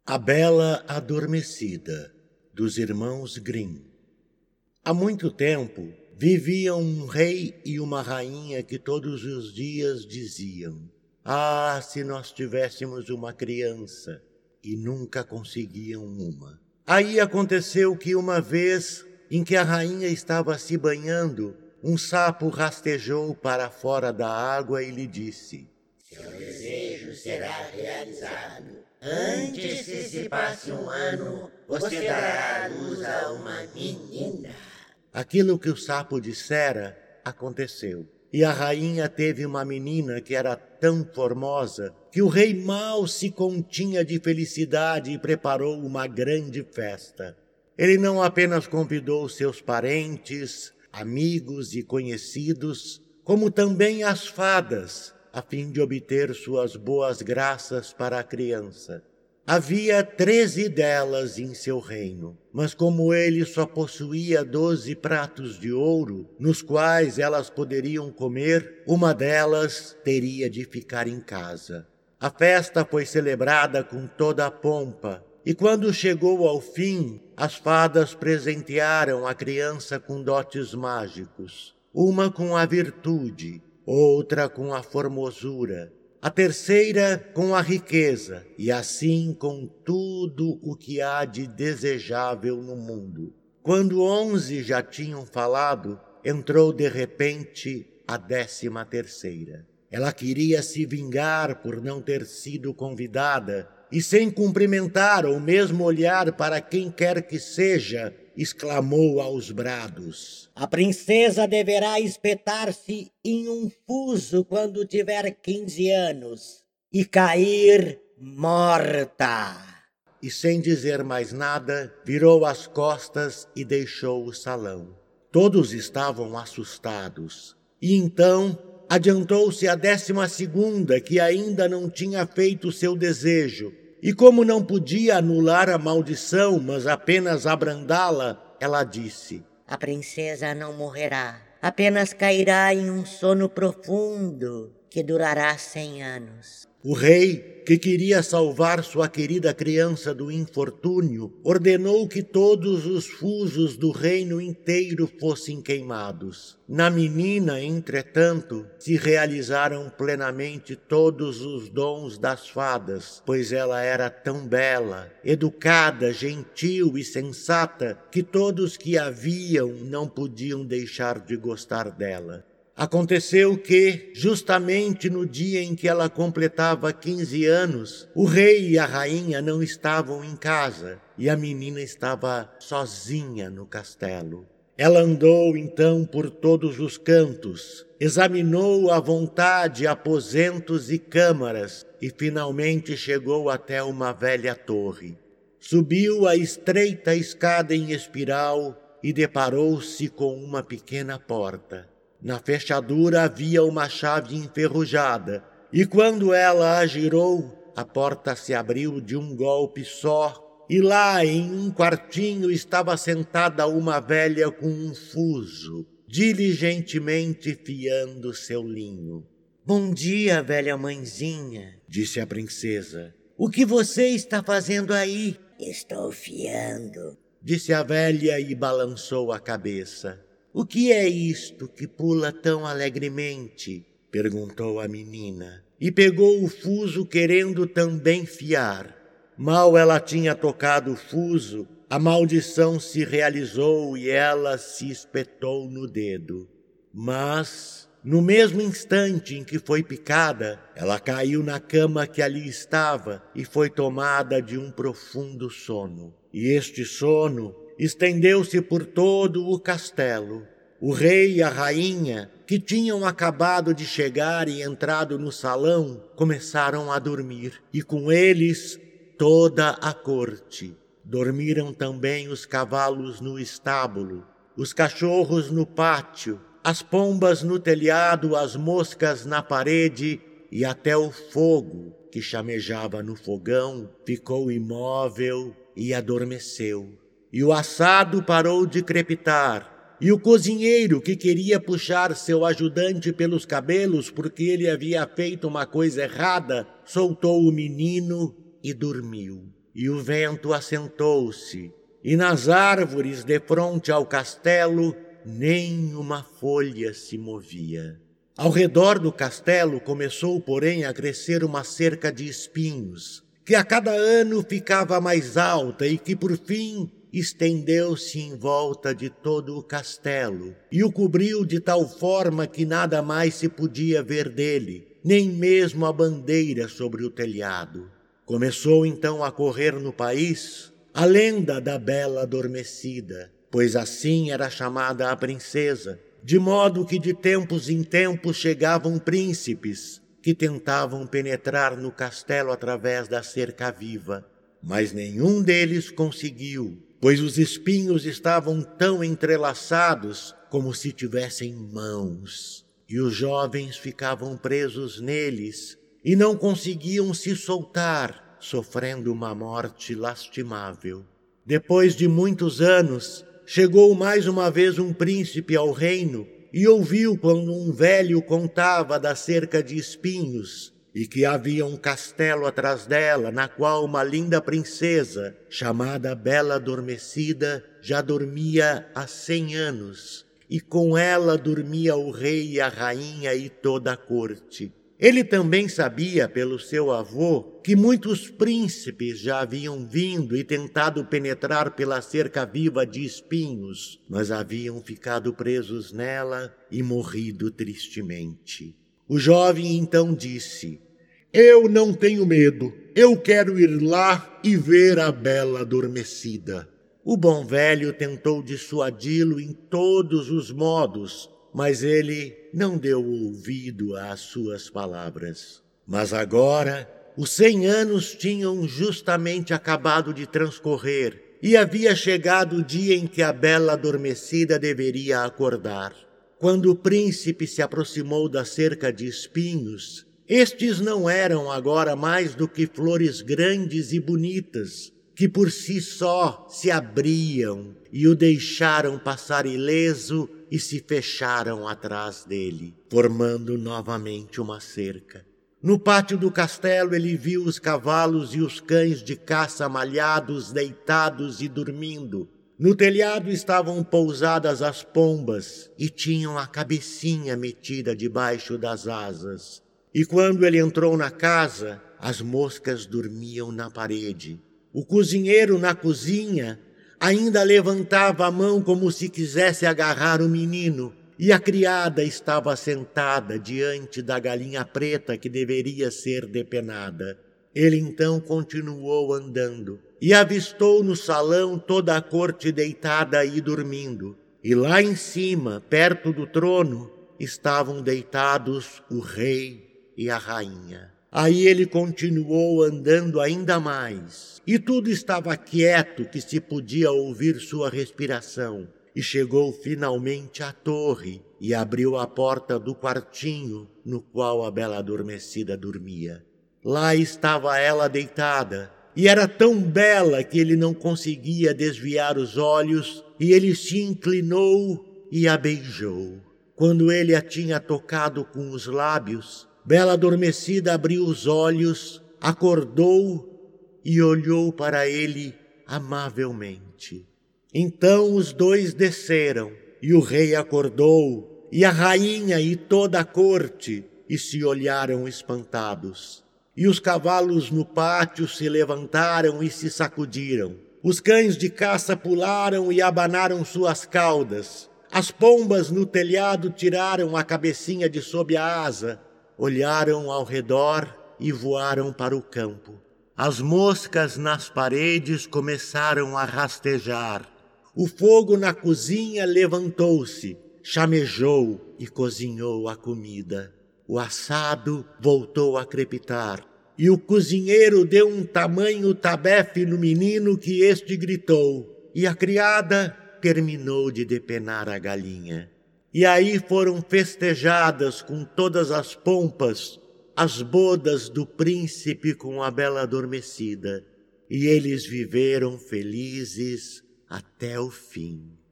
A Bela Adormecida, dos irmãos Grimm. Há muito tempo viviam um rei e uma rainha que todos os dias diziam: "Ah, se nós tivéssemos uma criança!" E nunca conseguiam uma. Aí aconteceu que uma vez, em que a rainha estava se banhando, um sapo rastejou para fora da água e lhe disse: "Seu desejo será realizado. Antes que se passe um ano, você dará à luz a uma menina." Aquilo que o sapo dissera aconteceu. E a rainha teve uma menina que era tão formosa que o rei mal se continha de felicidade e preparou uma grande festa. Ele não apenas convidou seus parentes, amigos e conhecidos, como também as fadas, a fim de obter suas boas graças para a criança. Havia 13 delas em seu reino, mas como ele só possuía 12 pratos de ouro, nos quais elas poderiam comer, uma delas teria de ficar em casa. A festa foi celebrada com toda a pompa, e quando chegou ao fim, as fadas presentearam a criança com dotes mágicos, uma com a virtude, outra com a formosura, a terceira com a riqueza, e assim com tudo o que há de desejável no mundo. Quando 11 já tinham falado, entrou de repente a 13ª. Ela queria se vingar por não ter sido convidada, e sem cumprimentar ou mesmo olhar para quem quer que seja, exclamou aos brados: "A princesa deverá espetar-se em um fuso quando tiver 15 anos e cair morta." E sem dizer mais nada, virou as costas e deixou o salão. Todos estavam assustados. E então adiantou-se a 12ª, que ainda não tinha feito seu desejo. E como não podia anular a maldição, mas apenas abrandá-la, ela disse: "A princesa não morrerá, apenas cairá em um sono profundo que durará 100 anos." O rei, que queria salvar sua querida criança do infortúnio, ordenou que todos os fusos do reino inteiro fossem queimados. Na menina, entretanto, se realizaram plenamente todos os dons das fadas, pois ela era tão bela, educada, gentil e sensata que todos que a viam não podiam deixar de gostar dela. Aconteceu que, justamente no dia em que ela completava 15 anos, o rei e a rainha não estavam em casa e a menina estava sozinha no castelo. Ela andou então por todos os cantos, examinou à vontade aposentos e câmaras e finalmente chegou até uma velha torre. Subiu a estreita escada em espiral e deparou-se com uma pequena porta. Na fechadura havia uma chave enferrujada, e quando ela a girou, a porta se abriu de um golpe só, e lá em um quartinho estava sentada uma velha com um fuso, diligentemente fiando seu linho. "Bom dia, velha mãezinha", disse a princesa. "O que você está fazendo aí?" "Estou fiando", disse a velha e balançou a cabeça. "O que é isto que pula tão alegremente?" perguntou a menina, e pegou o fuso querendo também fiar. Mal ela tinha tocado o fuso, a maldição se realizou e ela se espetou no dedo. Mas, no mesmo instante em que foi picada, ela caiu na cama que ali estava e foi tomada de um profundo sono. E este sono estendeu-se por todo o castelo. O rei e a rainha, que tinham acabado de chegar e entrado no salão, começaram a dormir, e com eles toda a corte. Dormiram também os cavalos no estábulo, os cachorros no pátio, as pombas no telhado, as moscas na parede, e até o fogo, que chamejava no fogão, ficou imóvel e adormeceu. E o assado parou de crepitar, e o cozinheiro, que queria puxar seu ajudante pelos cabelos porque ele havia feito uma coisa errada, soltou o menino e dormiu. e o vento assentou-se, e nas árvores defronte ao castelo nem uma folha se movia. Ao redor do castelo começou, porém, a crescer uma cerca de espinhos, que a cada ano ficava mais alta e que, por fim, estendeu-se em volta de todo o castelo e o cobriu de tal forma que nada mais se podia ver dele, nem mesmo a bandeira sobre o telhado. Começou então a correr no país a lenda da Bela Adormecida, pois assim era chamada a princesa, de modo que de tempos em tempos chegavam príncipes que tentavam penetrar no castelo através da cerca viva, mas nenhum deles conseguiu, pois os espinhos estavam tão entrelaçados como se tivessem mãos, e os jovens ficavam presos neles e não conseguiam se soltar, sofrendo uma morte lastimável. Depois de muitos anos, chegou mais uma vez um príncipe ao reino e ouviu quando um velho contava da cerca de espinhos e que havia um castelo atrás dela, na qual uma linda princesa, chamada Bela Adormecida, já dormia há 100 anos, e com ela dormia o rei e a rainha e toda a corte. Ele também sabia, pelo seu avô, que muitos príncipes já haviam vindo e tentado penetrar pela cerca viva de espinhos, mas haviam ficado presos nela e morrido tristemente. O jovem então disse: "Eu não tenho medo, eu quero ir lá e ver a Bela Adormecida." O bom velho tentou dissuadi-lo em todos os modos, mas ele não deu ouvido às suas palavras. Mas agora, os 100 anos tinham justamente acabado de transcorrer e havia chegado o dia em que a Bela Adormecida deveria acordar. Quando o príncipe se aproximou da cerca de espinhos, estes não eram agora mais do que flores grandes e bonitas, que por si só se abriam e o deixaram passar ileso e se fecharam atrás dele, formando novamente uma cerca. No pátio do castelo ele viu os cavalos e os cães de caça malhados, deitados e dormindo. No telhado estavam pousadas as pombas e tinham a cabecinha metida debaixo das asas. E quando ele entrou na casa, as moscas dormiam na parede. O cozinheiro na cozinha ainda levantava a mão como se quisesse agarrar o menino, e a criada estava sentada diante da galinha preta que deveria ser depenada. Ele então continuou andando e avistou no salão toda a corte deitada e dormindo. E lá em cima, perto do trono, estavam deitados o rei e a rainha. Aí ele continuou andando ainda mais, e tudo estava quieto que se podia ouvir sua respiração. E chegou finalmente à torre e abriu a porta do quartinho no qual a Bela Adormecida dormia. Lá estava ela deitada, e era tão bela que ele não conseguia desviar os olhos, e ele se inclinou e a beijou. Quando ele a tinha tocado com os lábios, Bela Adormecida abriu os olhos, acordou e olhou para ele amavelmente. Então os dois desceram, e o rei acordou, e a rainha e toda a corte, e se olharam espantados. E os cavalos no pátio se levantaram e se sacudiram. Os cães de caça pularam e abanaram suas caudas. As pombas no telhado tiraram a cabecinha de sob a asa, olharam ao redor e voaram para o campo. As moscas nas paredes começaram a rastejar. O fogo na cozinha levantou-se, chamejou e cozinhou a comida. O assado voltou a crepitar, e o cozinheiro deu um tamanho tabefe no menino que este gritou, e a criada terminou de depenar a galinha. E aí foram festejadas com todas as pompas as bodas do príncipe com a Bela Adormecida, e eles viveram felizes até o fim.